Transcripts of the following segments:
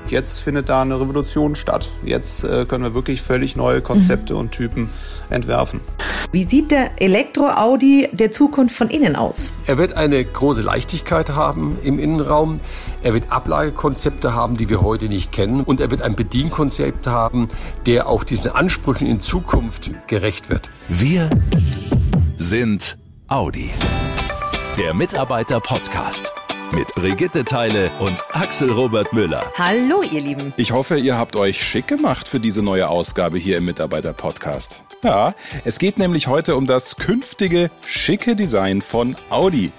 jetzt findet da eine Revolution statt. Jetzt können wir wirklich völlig neue Konzepte und Typen entwerfen. Wie sieht der Elektro-Audi der Zukunft von innen aus? Er wird eine große Leichtigkeit haben im Innenraum. Er wird Ablagekonzepte haben, die wir heute nicht kennen. Und er wird ein Bedienkonzept haben, der auch diesen Ansprüchen in Zukunft gerecht wird. Wir sind Audi. Der Mitarbeiter-Podcast. Mit Brigitte Theile und Axel Robert Müller. Hallo, ihr Lieben. Ich hoffe, ihr habt euch schick gemacht für diese neue Ausgabe hier im Mitarbeiter-Podcast. Ja, es geht nämlich heute um das künftige schicke Design von Audi.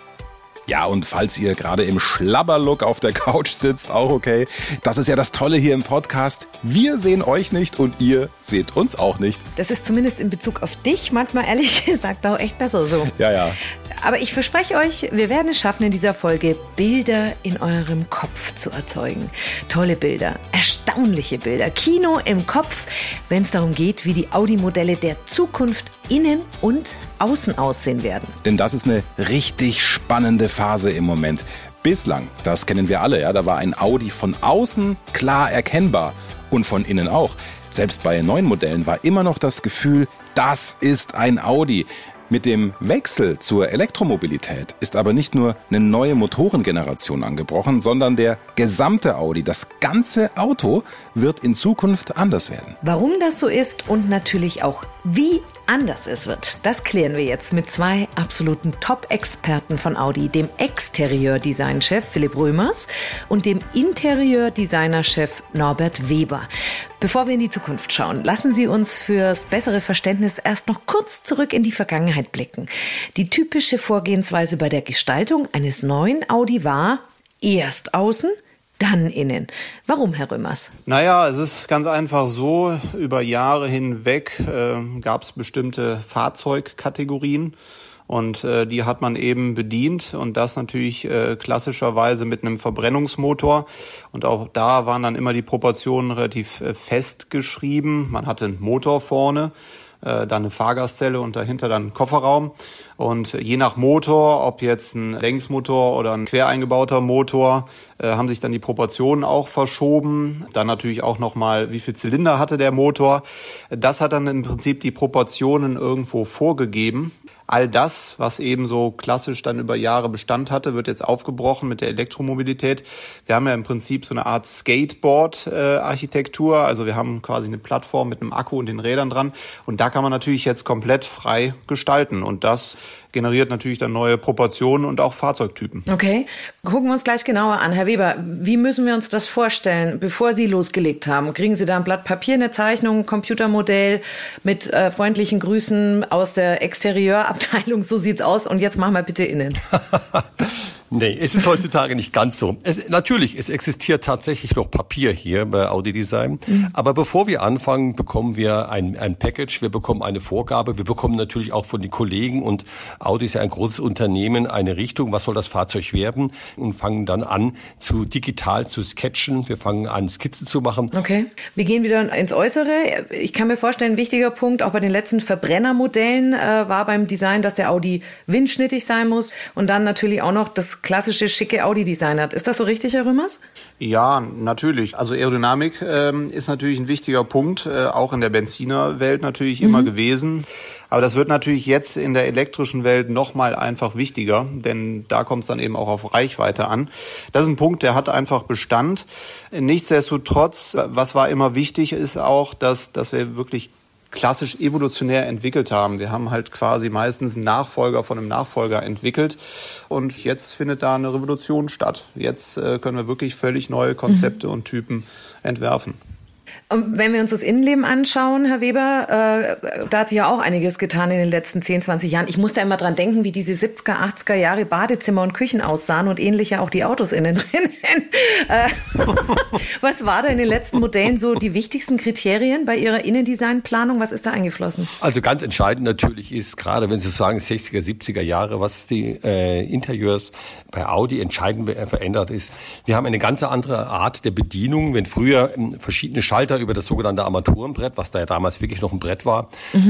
Ja, und falls ihr gerade im Schlabberlook auf der Couch sitzt, auch okay. Das ist ja das Tolle hier im Podcast. Wir sehen euch nicht und ihr seht uns auch nicht. Das ist zumindest in Bezug auf dich manchmal ehrlich gesagt auch echt besser so. Ja. Aber ich verspreche euch, wir werden es schaffen, in dieser Folge Bilder in eurem Kopf zu erzeugen. Tolle Bilder, erstaunliche Bilder, Kino im Kopf, wenn es darum geht, wie die Audi-Modelle der Zukunft innen und außen aussehen werden. Denn das ist eine richtig spannende Phase im Moment. Bislang, das kennen wir alle, ja, da war ein Audi von außen klar erkennbar und von innen auch. Selbst bei neuen Modellen war immer noch das Gefühl, das ist ein Audi. Mit dem Wechsel zur Elektromobilität ist aber nicht nur eine neue Motorengeneration angebrochen, sondern der gesamte Audi, das ganze Auto, wird in Zukunft anders werden. Warum das so ist und natürlich auch wie anders es wird, das klären wir jetzt mit zwei absoluten Top-Experten von Audi, dem Exterieur-Design-Chef Philipp Römers und dem Interieur-Designer-Chef Norbert Weber. Bevor wir in die Zukunft schauen, lassen Sie uns fürs bessere Verständnis erst noch kurz zurück in die Vergangenheit blicken. Die typische Vorgehensweise bei der Gestaltung eines neuen Audi war erst außen, dann innen. Warum, Herr Römers? Naja, es ist ganz einfach so, über Jahre hinweg gab es bestimmte Fahrzeugkategorien und die hat man eben bedient und das natürlich klassischerweise mit einem Verbrennungsmotor. Und auch da waren dann immer die Proportionen relativ festgeschrieben. Man hatte einen Motor vorne, dann eine Fahrgastzelle und dahinter dann einen Kofferraum. Und je nach Motor, ob jetzt ein Längsmotor oder ein quer eingebauter Motor, haben sich dann die Proportionen auch verschoben. Dann natürlich auch nochmal, wie viel Zylinder hatte der Motor. Das hat dann im Prinzip die Proportionen irgendwo vorgegeben. All das, was eben so klassisch dann über Jahre Bestand hatte, wird jetzt aufgebrochen mit der Elektromobilität. Wir haben ja im Prinzip so eine Art Skateboard-Architektur. Also wir haben quasi eine Plattform mit einem Akku und den Rädern dran. Und da kann man natürlich jetzt komplett frei gestalten. Und das generiert natürlich dann neue Proportionen und auch Fahrzeugtypen. Okay, gucken wir uns gleich genauer an. Herr Weber, wie müssen wir uns das vorstellen, bevor Sie losgelegt haben? Kriegen Sie da ein Blatt Papier, eine Zeichnung, ein Computermodell mit freundlichen Grüßen aus der Exterieurabteilung, so sieht's aus und jetzt machen wir bitte innen. Nee, es ist heutzutage nicht ganz so. Natürlich, es existiert tatsächlich noch Papier hier bei Audi Design. Aber bevor wir anfangen, bekommen wir ein Package, wir bekommen eine Vorgabe, wir bekommen natürlich auch von den Kollegen und Audi ist ja ein großes Unternehmen, eine Richtung, was soll das Fahrzeug werden und fangen dann an, digital zu sketchen. Wir fangen an, Skizzen zu machen. Okay, wir gehen wieder ins Äußere. Ich kann mir vorstellen, ein wichtiger Punkt, auch bei den letzten Verbrennermodellen war beim Design, dass der Audi windschnittig sein muss und dann natürlich auch noch das klassische schicke Audi-Design hat. Ist das so richtig, Herr Römers? Ja, natürlich. Also Aerodynamik ist natürlich ein wichtiger Punkt, auch in der Benzinerwelt natürlich immer gewesen. Aber das wird natürlich jetzt in der elektrischen Welt nochmal einfach wichtiger, denn da kommt es dann eben auch auf Reichweite an. Das ist ein Punkt, der hat einfach Bestand. Nichtsdestotrotz, was war immer wichtig, ist auch, dass wir wirklich klassisch evolutionär entwickelt haben. Wir haben halt quasi meistens einen Nachfolger von einem Nachfolger entwickelt und jetzt findet da eine Revolution statt. Jetzt können wir wirklich völlig neue Konzepte und Typen entwerfen. Und wenn wir uns das Innenleben anschauen, Herr Weber, da hat sich ja auch einiges getan in den letzten 10, 20 Jahren. Ich muss da immer dran denken, wie diese 70er, 80er Jahre Badezimmer und Küchen aussahen und ähnlich ja auch die Autos innen drin. Was war da in den letzten Modellen so die wichtigsten Kriterien bei Ihrer Innendesignplanung? Was ist da eingeflossen? Also ganz entscheidend natürlich ist, gerade wenn Sie sagen 60er, 70er Jahre, was die Interieurs bei Audi entscheidend verändert ist. Wir haben eine ganz andere Art der Bedienung. Wenn früher verschiedene Schaltungen Schalter über das sogenannte Armaturenbrett, was da ja damals wirklich noch ein Brett war,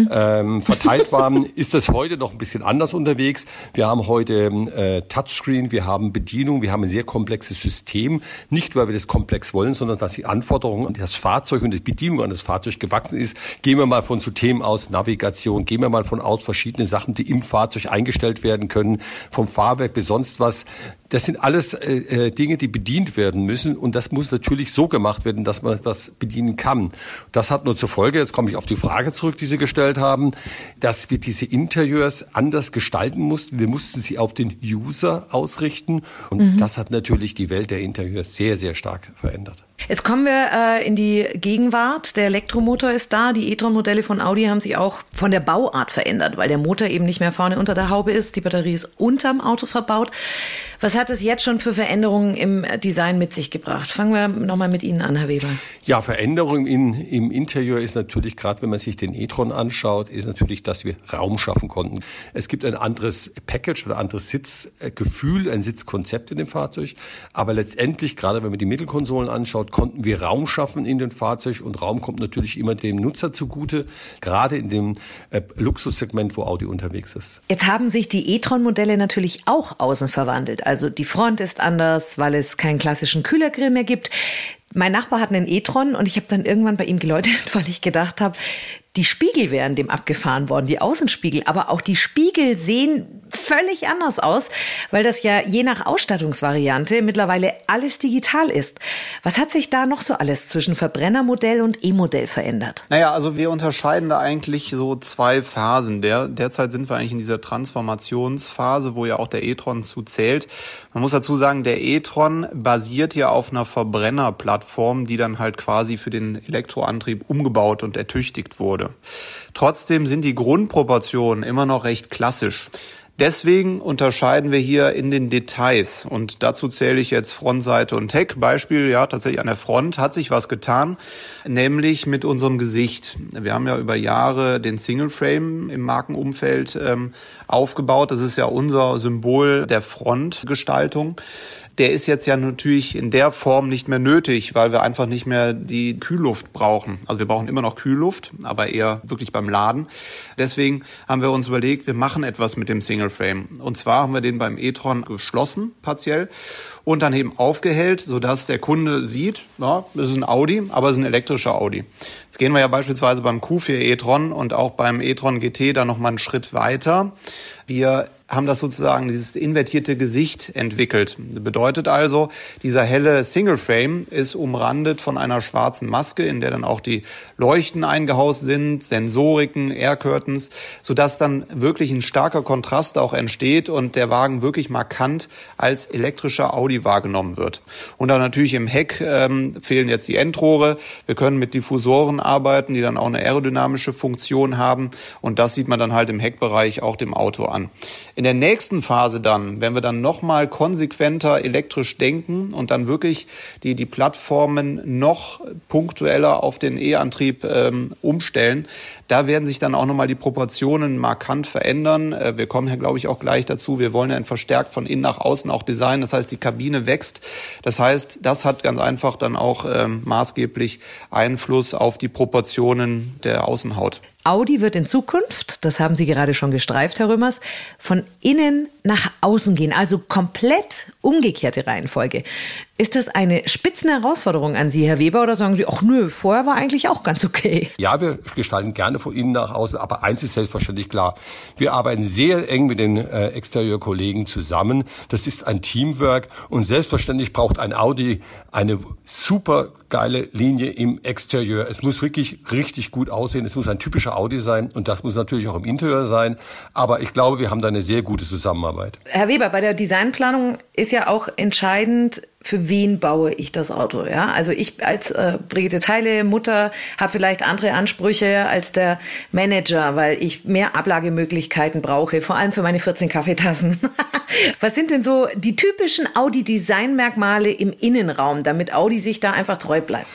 verteilt waren, ist das heute noch ein bisschen anders unterwegs. Wir haben heute Touchscreen, wir haben Bedienung, wir haben ein sehr komplexes System. Nicht, weil wir das komplex wollen, sondern dass die Anforderungen an das Fahrzeug und die Bedienung an das Fahrzeug gewachsen ist. Gehen wir mal von Systemen aus, Navigation, gehen wir mal von aus verschiedene Sachen, die im Fahrzeug eingestellt werden können, vom Fahrwerk bis sonst was. Das sind alles Dinge, die bedient werden müssen und das muss natürlich so gemacht werden, dass man das bedienen kann. Das hat nur zur Folge, jetzt komme ich auf die Frage zurück, die Sie gestellt haben, dass wir diese Interieurs anders gestalten mussten. Wir mussten sie auf den User ausrichten und das hat natürlich die Welt der Interieurs sehr, sehr stark verändert. Jetzt kommen wir in die Gegenwart. Der Elektromotor ist da. Die e-tron-Modelle von Audi haben sich auch von der Bauart verändert, weil der Motor eben nicht mehr vorne unter der Haube ist. Die Batterie ist unterm Auto verbaut. Was hat es jetzt schon für Veränderungen im Design mit sich gebracht? Fangen wir nochmal mit Ihnen an, Herr Weber. Ja, Veränderung im Interieur ist natürlich, gerade wenn man sich den e-tron anschaut, ist natürlich, dass wir Raum schaffen konnten. Es gibt ein anderes Package oder anderes Sitzgefühl, ein Sitzkonzept in dem Fahrzeug. Aber letztendlich, gerade wenn man die Mittelkonsolen anschaut, konnten wir Raum schaffen in dem Fahrzeug und Raum kommt natürlich immer dem Nutzer zugute, gerade in dem Luxussegment, wo Audi unterwegs ist. Jetzt haben sich die e-tron-Modelle natürlich auch außen verwandelt. Also die Front ist anders, weil es keinen klassischen Kühlergrill mehr gibt. Mein Nachbar hat einen e-tron und ich habe dann irgendwann bei ihm geläutet, weil ich gedacht habe, die Spiegel wären dem abgefahren worden, die Außenspiegel. Aber auch die Spiegel sehen völlig anders aus, weil das ja je nach Ausstattungsvariante mittlerweile alles digital ist. Was hat sich da noch so alles zwischen Verbrennermodell und E-Modell verändert? Naja, also wir unterscheiden da eigentlich so zwei Phasen. Derzeit sind wir eigentlich in dieser Transformationsphase, wo ja auch der e-tron zu zählt. Man muss dazu sagen, der e-tron basiert ja auf einer Verbrennerplattform, die dann halt quasi für den Elektroantrieb umgebaut und ertüchtigt wurde. Trotzdem sind die Grundproportionen immer noch recht klassisch. Deswegen unterscheiden wir hier in den Details und dazu zähle ich jetzt Frontseite und Heck. Beispiel, ja, tatsächlich an der Front hat sich was getan, nämlich mit unserem Gesicht. Wir haben ja über Jahre den Single Frame im Markenumfeld aufgebaut. Das ist ja unser Symbol der Frontgestaltung. Der ist jetzt ja natürlich in der Form nicht mehr nötig, weil wir einfach nicht mehr die Kühlluft brauchen. Also wir brauchen immer noch Kühlluft, aber eher wirklich beim Laden. Deswegen haben wir uns überlegt, wir machen etwas mit dem Single Frame. Und zwar haben wir den beim e-tron geschlossen, partiell, und dann eben aufgehellt, sodass der Kunde sieht, ja, es ist ein Audi, aber es ist ein elektrischer Audi. Jetzt gehen wir ja beispielsweise beim Q4 e-tron und auch beim e-tron GT dann nochmal einen Schritt weiter. Wir haben das sozusagen, dieses invertierte Gesicht entwickelt. Das bedeutet also, dieser helle Single Frame ist umrandet von einer schwarzen Maske, in der dann auch die Leuchten eingehaust sind, Sensoriken, Air Curtains, sodass dann wirklich ein starker Kontrast auch entsteht und der Wagen wirklich markant als elektrischer Audi wahrgenommen wird. Und dann natürlich im Heck fehlen jetzt die Endrohre. Wir können mit Diffusoren arbeiten, die dann auch eine aerodynamische Funktion haben und das sieht man dann halt im Heckbereich auch dem Auto an. In der nächsten Phase dann, wenn wir dann nochmal konsequenter elektrisch denken und dann wirklich die Plattformen noch punktueller auf den E-Antrieb umstellen, da werden sich dann auch nochmal die Proportionen markant verändern. Wir kommen ja, glaube ich, auch gleich dazu. Wir wollen ja ein verstärkt von innen nach außen auch designen. Das heißt, die Kabine wächst. Das heißt, das hat ganz einfach dann auch maßgeblich Einfluss auf die Proportionen der Außenhaut. Audi wird in Zukunft, das haben Sie gerade schon gestreift, Herr Römers, von innen nach außen gehen, also komplett umgekehrte Reihenfolge. Ist das eine Spitzenherausforderung an Sie, Herr Weber, oder sagen Sie, ach nö, vorher war eigentlich auch ganz okay? Ja, wir gestalten gerne von innen nach außen, aber eins ist selbstverständlich klar. Wir arbeiten sehr eng mit den Exterieurkollegen zusammen. Das ist ein Teamwork und selbstverständlich braucht ein Audi eine super geile Linie im Exterieur. Es muss wirklich richtig gut aussehen. Es muss ein typischer Audi sein und das muss natürlich auch im Interieur sein. Aber ich glaube, wir haben da eine sehr gute Zusammenarbeit. Herr Weber, bei der Designplanung ist ja auch entscheidend, für wen baue ich das Auto? Ja, also ich als Brigitte Theile, Mutter, habe vielleicht andere Ansprüche als der Manager, weil ich mehr Ablagemöglichkeiten brauche, vor allem für meine 14 Kaffeetassen. Was sind denn so die typischen Audi-Designmerkmale im Innenraum, damit Audi sich da einfach treu bleibt?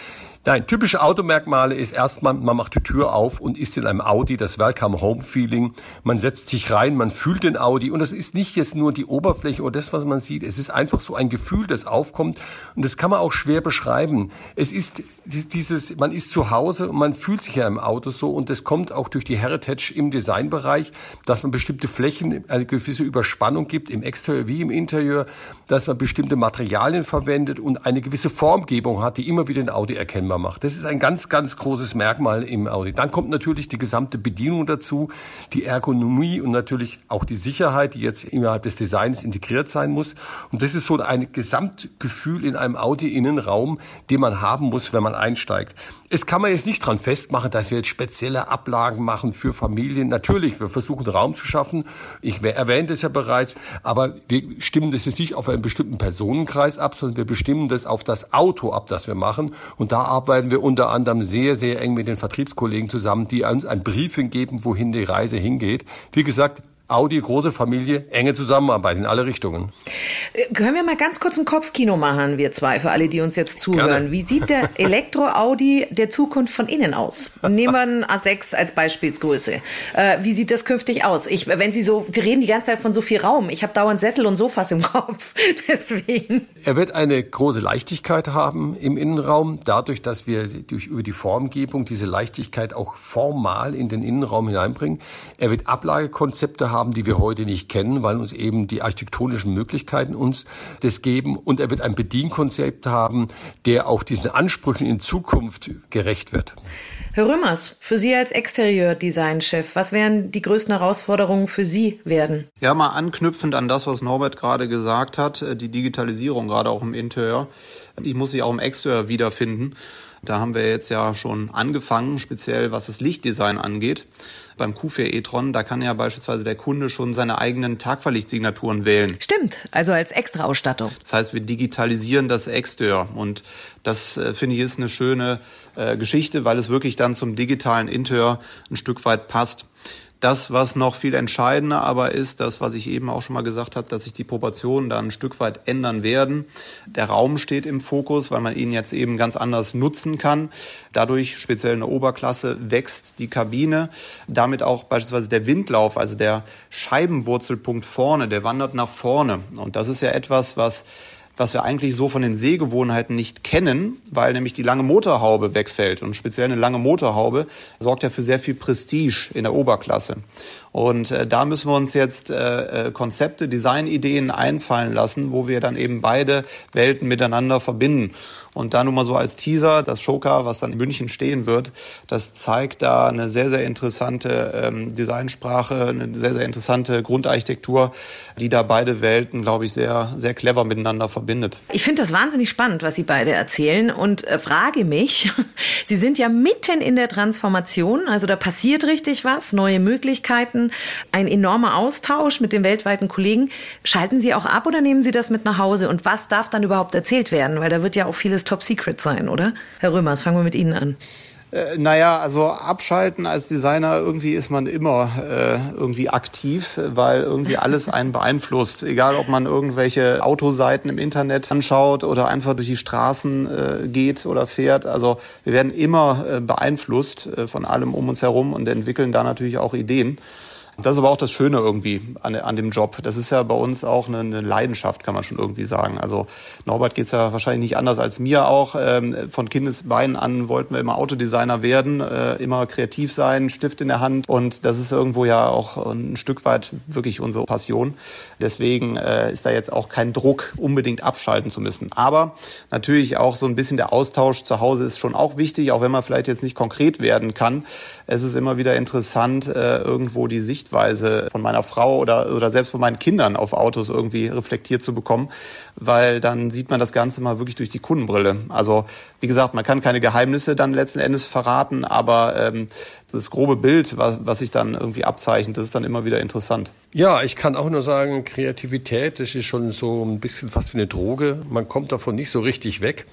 Nein, typische Automerkmale ist erstmal, man macht die Tür auf und ist in einem Audi, das Welcome-Home-Feeling. Man setzt sich rein, man fühlt den Audi und das ist nicht jetzt nur die Oberfläche oder das, was man sieht. Es ist einfach so ein Gefühl, das aufkommt und das kann man auch schwer beschreiben. Es ist dieses, man ist zu Hause und man fühlt sich ja im Auto so und das kommt auch durch die Heritage im Designbereich, dass man bestimmte Flächen, eine gewisse Überspannung gibt, im Exterieur wie im Interieur, dass man bestimmte Materialien verwendet und eine gewisse Formgebung hat, die immer wieder den Audi erkennbar macht. Das ist ein ganz, ganz großes Merkmal im Audi. Dann kommt natürlich die gesamte Bedienung dazu, die Ergonomie und natürlich auch die Sicherheit, die jetzt innerhalb des Designs integriert sein muss. Und das ist so ein Gesamtgefühl in einem Audi-Innenraum, den man haben muss, wenn man einsteigt. Es kann man jetzt nicht dran festmachen, dass wir jetzt spezielle Ablagen machen für Familien. Natürlich, wir versuchen Raum zu schaffen. Ich erwähnte es ja bereits, aber wir stimmen das jetzt nicht auf einen bestimmten Personenkreis ab, sondern wir bestimmen das auf das Auto ab, das wir machen. Und da arbeiten wir unter anderem sehr, sehr eng mit den Vertriebskollegen zusammen, die uns ein Briefing geben, wohin die Reise hingeht. Wie gesagt, Audi, große Familie, enge Zusammenarbeit in alle Richtungen. Können wir mal ganz kurz ein Kopfkino machen, wir zwei, für alle, die uns jetzt zuhören. Gerne. Wie sieht der Elektro-Audi der Zukunft von innen aus? Nehmen wir einen A6 als Beispielsgröße. Wie sieht das künftig aus? Sie reden die ganze Zeit von so viel Raum. Ich habe dauernd Sessel und Sofas im Kopf. Deswegen. Er wird eine große Leichtigkeit haben im Innenraum, dadurch, dass wir über die Formgebung diese Leichtigkeit auch formal in den Innenraum hineinbringen. Er wird Ablagekonzepte haben, die wir heute nicht kennen, weil uns eben die architektonischen Möglichkeiten uns das geben. Und er wird ein Bedienkonzept haben, der auch diesen Ansprüchen in Zukunft gerecht wird. Herr Römers, für Sie als Exterieur-Design-Chef, was werden die größten Herausforderungen für Sie werden? Ja, mal anknüpfend an das, was Norbert gerade gesagt hat, die Digitalisierung, gerade auch im Interieur. Die muss sich auch im Exterieur wiederfinden. Da haben wir jetzt ja schon angefangen, speziell was das Lichtdesign angeht. Beim Q4 e-tron, da kann ja beispielsweise der Kunde schon seine eigenen Tagverlichtsignaturen wählen. Stimmt, also als Extra-Ausstattung. Das heißt, wir digitalisieren das Exterieur und das, finde ich, ist eine schöne Geschichte, weil es wirklich dann zum digitalen Interieur ein Stück weit passt. Das, was noch viel entscheidender aber ist, das, was ich eben auch schon mal gesagt habe, dass sich die Proportionen da ein Stück weit ändern werden. Der Raum steht im Fokus, weil man ihn jetzt eben ganz anders nutzen kann. Dadurch, speziell in der Oberklasse, wächst die Kabine. Damit auch beispielsweise der Windlauf, also der Scheibenwurzelpunkt vorne, der wandert nach vorne. Und das ist ja etwas, was wir eigentlich so von den Sehgewohnheiten nicht kennen, weil nämlich die lange Motorhaube wegfällt. Und speziell eine lange Motorhaube sorgt ja für sehr viel Prestige in der Oberklasse. Und da müssen wir uns jetzt Konzepte, Designideen einfallen lassen, wo wir dann eben beide Welten miteinander verbinden. Und da nur mal so als Teaser, das Showcar, was dann in München stehen wird, das zeigt da eine sehr, sehr interessante Designsprache, eine sehr, sehr interessante Grundarchitektur, die da beide Welten, glaube ich, sehr, sehr clever miteinander verbindet. Ich finde das wahnsinnig spannend, was Sie beide erzählen und frage mich, Sie sind ja mitten in der Transformation, also da passiert richtig was, neue Möglichkeiten, ein enormer Austausch mit den weltweiten Kollegen. Schalten Sie auch ab oder nehmen Sie das mit nach Hause? Und was darf dann überhaupt erzählt werden? Weil da wird ja auch vieles Top Secret sein, oder? Herr Römers, fangen wir mit Ihnen an. Naja, also abschalten als Designer, irgendwie ist man immer irgendwie aktiv, weil irgendwie alles einen beeinflusst. Egal, ob man irgendwelche Autoseiten im Internet anschaut oder einfach durch die Straßen geht oder fährt. Also wir werden immer beeinflusst von allem um uns herum und entwickeln da natürlich auch Ideen. Das ist aber auch das Schöne irgendwie an dem Job. Das ist ja bei uns auch eine Leidenschaft, kann man schon irgendwie sagen. Also Norbert geht's ja wahrscheinlich nicht anders als mir auch. Von Kindesbeinen an wollten wir immer Autodesigner werden, immer kreativ sein, Stift in der Hand. Und das ist irgendwo ja auch ein Stück weit wirklich unsere Passion. Deswegen ist da jetzt auch kein Druck, unbedingt abschalten zu müssen. Aber natürlich auch so ein bisschen der Austausch zu Hause ist schon auch wichtig, auch wenn man vielleicht jetzt nicht konkret werden kann. Es ist immer wieder interessant, irgendwo die Sichtweise von meiner Frau oder selbst von meinen Kindern auf Autos irgendwie reflektiert zu bekommen, weil dann sieht man das Ganze mal wirklich durch die Kundenbrille. Also wie gesagt, man kann keine Geheimnisse dann letzten Endes verraten, aber das grobe Bild, was sich dann irgendwie abzeichnet, das ist dann immer wieder interessant. Ja, ich kann auch nur sagen, Kreativität, das ist schon so ein bisschen fast wie eine Droge. Man kommt davon nicht so richtig weg.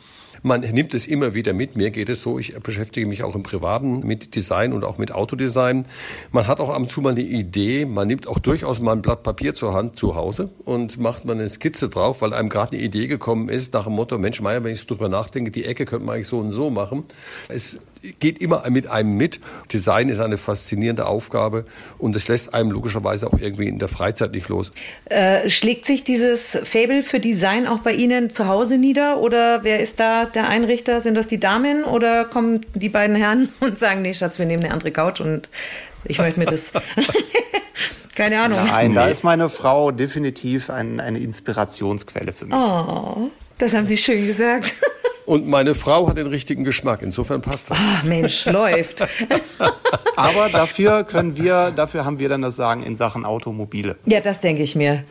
Man nimmt es immer wieder mit. Mir geht es so, ich beschäftige mich auch im Privaten mit Design und auch mit Autodesign. Man hat auch ab und zu mal eine Idee, man nimmt auch durchaus mal ein Blatt Papier zur Hand zu Hause und macht mal eine Skizze drauf, weil einem gerade eine Idee gekommen ist nach dem Motto, Mensch Meier, wenn ich so drüber nachdenke, die Ecke könnte man eigentlich so und so machen. Es geht immer mit einem mit. Design ist eine faszinierende Aufgabe und es lässt einem logischerweise auch irgendwie in der Freizeit nicht los. Schlägt sich dieses Faible für Design auch bei Ihnen zu Hause nieder oder wer ist da der Einrichter? Sind das die Damen oder kommen die beiden Herren und sagen, nee Schatz, wir nehmen eine andere Couch und ich möchte mir das... Keine Ahnung. Nein, da ist meine Frau definitiv eine Inspirationsquelle für mich. Oh, das haben Sie schön gesagt. Und meine Frau hat den richtigen Geschmack, insofern passt das. Ah, Mensch, läuft. Aber dafür haben wir dann das Sagen in Sachen Automobile. Ja, das denke ich mir.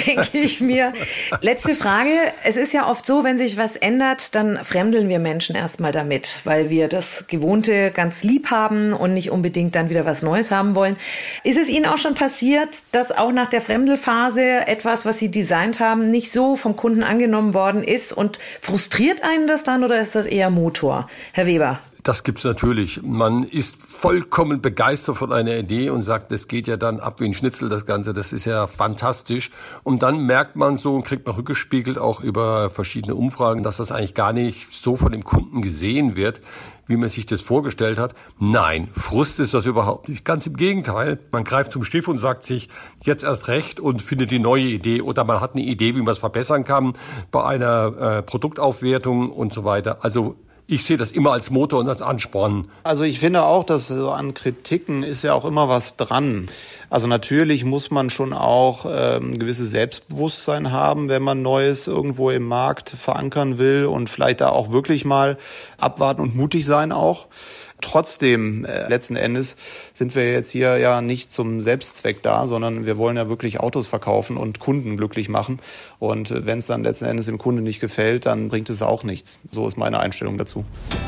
Letzte Frage. Es ist ja oft so, wenn sich was ändert, dann fremdeln wir Menschen erstmal damit, weil wir das Gewohnte ganz lieb haben und nicht unbedingt dann wieder was Neues haben wollen. Ist es Ihnen auch schon passiert, dass auch nach der Fremdelphase etwas, was Sie designt haben, nicht so vom Kunden angenommen worden ist und frustriert einen das dann oder ist das eher Motor? Herr Weber. Das gibt's natürlich. Man ist vollkommen begeistert von einer Idee und sagt, das geht ja dann ab wie ein Schnitzel, das Ganze. Das ist ja fantastisch. Und dann merkt man so und kriegt man rückgespiegelt auch über verschiedene Umfragen, dass das eigentlich gar nicht so von dem Kunden gesehen wird, wie man sich das vorgestellt hat. Nein, Frust ist das überhaupt nicht. Ganz im Gegenteil. Man greift zum Stift und sagt sich jetzt erst recht und findet die neue Idee. Oder man hat eine Idee, wie man es verbessern kann bei einer Produktaufwertung und so weiter. Also ich sehe das immer als Motor und als Ansporn. Also ich finde auch, dass so an Kritiken ist ja auch immer was dran. Also natürlich muss man schon auch ein gewisses Selbstbewusstsein haben, wenn man Neues irgendwo im Markt verankern will und vielleicht da auch wirklich mal abwarten und mutig sein auch. Trotzdem, letzten Endes sind wir jetzt hier ja nicht zum Selbstzweck da, sondern wir wollen ja wirklich Autos verkaufen und Kunden glücklich machen. Und wenn es dann letzten Endes dem Kunden nicht gefällt, dann bringt es auch nichts. So ist meine Einstellung dazu.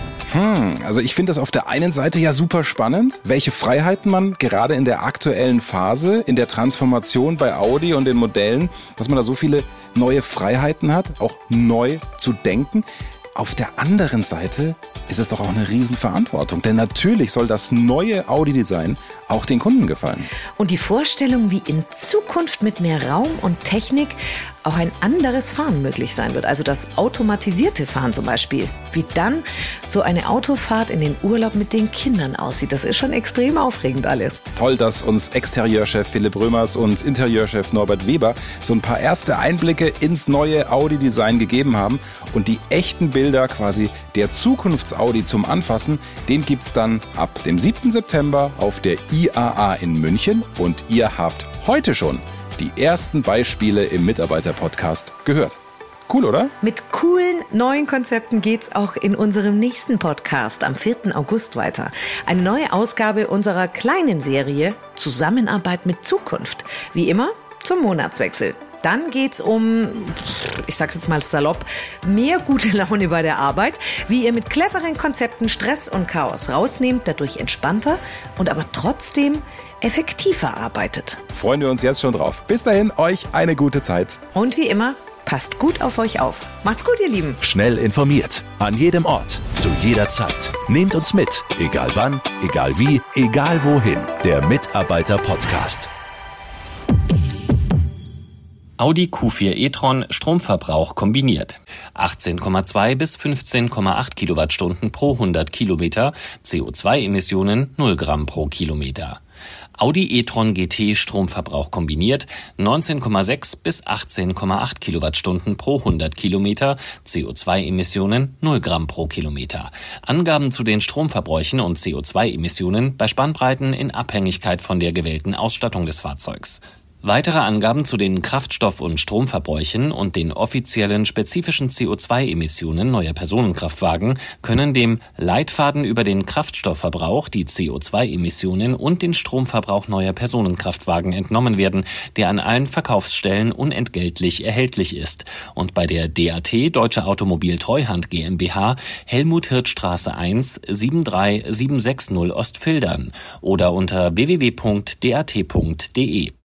Also ich finde das auf der einen Seite ja super spannend, welche Freiheiten man gerade in der aktuellen Phase, in der Transformation bei Audi und den Modellen, dass man da so viele neue Freiheiten hat, auch neu zu denken. Auf der anderen Seite ist es doch auch eine Riesenverantwortung, denn natürlich soll das neue Audi-Design auch den Kunden gefallen. Und die Vorstellung, wie in Zukunft mit mehr Raum und Technik auch ein anderes Fahren möglich sein wird, also das automatisierte Fahren zum Beispiel, wie dann so eine Autofahrt in den Urlaub mit den Kindern aussieht, das ist schon extrem aufregend alles. Toll, dass uns Exterieurchef Philipp Römers und Interieurchef Norbert Weber so ein paar erste Einblicke ins neue Audi-Design gegeben haben und die echten Bilder quasi der Zukunfts-Audi zum Anfassen, den gibt's dann ab dem 7. September auf der IAA in München und ihr habt heute schon die ersten Beispiele im Mitarbeiter-Podcast gehört. Cool, oder? Mit coolen neuen Konzepten geht's auch in unserem nächsten Podcast am 4. August weiter. Eine neue Ausgabe unserer kleinen Serie Zusammenarbeit mit Zukunft. Wie immer zum Monatswechsel. Dann geht's um, ich sag's jetzt mal salopp, mehr gute Laune bei der Arbeit, wie ihr mit cleveren Konzepten Stress und Chaos rausnehmt, dadurch entspannter und aber trotzdem effektiver arbeitet. Freuen wir uns jetzt schon drauf. Bis dahin, euch eine gute Zeit. Und wie immer, passt gut auf euch auf. Macht's gut, ihr Lieben. Schnell informiert, an jedem Ort, zu jeder Zeit. Nehmt uns mit, egal wann, egal wie, egal wohin. Der Mitarbeiter-Podcast. Audi Q4 e-tron Stromverbrauch kombiniert. 18,2 bis 15,8 Kilowattstunden pro 100 Kilometer, CO2-Emissionen 0 Gramm pro Kilometer. Audi e-tron GT Stromverbrauch kombiniert 19,6 bis 18,8 Kilowattstunden pro 100 Kilometer, CO2-Emissionen 0 Gramm pro Kilometer. Angaben zu den Stromverbräuchen und CO2-Emissionen bei Spannbreiten in Abhängigkeit von der gewählten Ausstattung des Fahrzeugs. Weitere Angaben zu den Kraftstoff- und Stromverbräuchen und den offiziellen spezifischen CO2-Emissionen neuer Personenkraftwagen können dem Leitfaden über den Kraftstoffverbrauch, die CO2-Emissionen und den Stromverbrauch neuer Personenkraftwagen entnommen werden, der an allen Verkaufsstellen unentgeltlich erhältlich ist und bei der DAT Deutsche Automobil Treuhand GmbH Helmut-Hirth-Straße 1 73760 Ostfildern oder unter www.dat.de.